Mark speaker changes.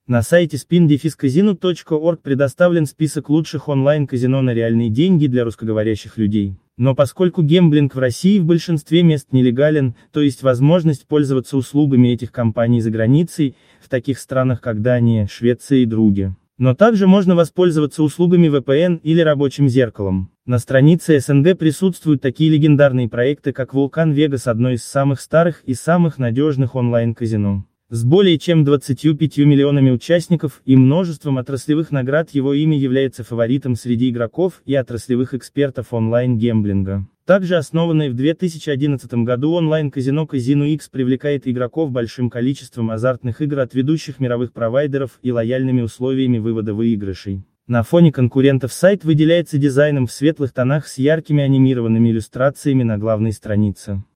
Speaker 1: На сайте spin-casino.org предоставлен список лучших онлайн-казино на реальные деньги для русскоговорящих людей. Но поскольку гэмблинг в России в большинстве мест нелегален, то есть возможность пользоваться услугами этих компаний за границей, в таких странах как Дания, Швеция и другие. Но также можно воспользоваться услугами VPN или рабочим зеркалом. На странице СНГ присутствуют такие легендарные проекты, как Vulcan Vegas, одно из самых старых и самых надежных онлайн-казино. С более чем 25 миллионами участников и множеством отраслевых наград его имя является фаворитом среди игроков и отраслевых экспертов онлайн-гэмблинга. Также основанное в 2011 году онлайн-казино Casino X привлекает игроков большим количеством азартных игр от ведущих мировых провайдеров и лояльными условиями вывода выигрышей. На фоне конкурентов сайт выделяется дизайном в светлых тонах с яркими анимированными иллюстрациями на главной странице.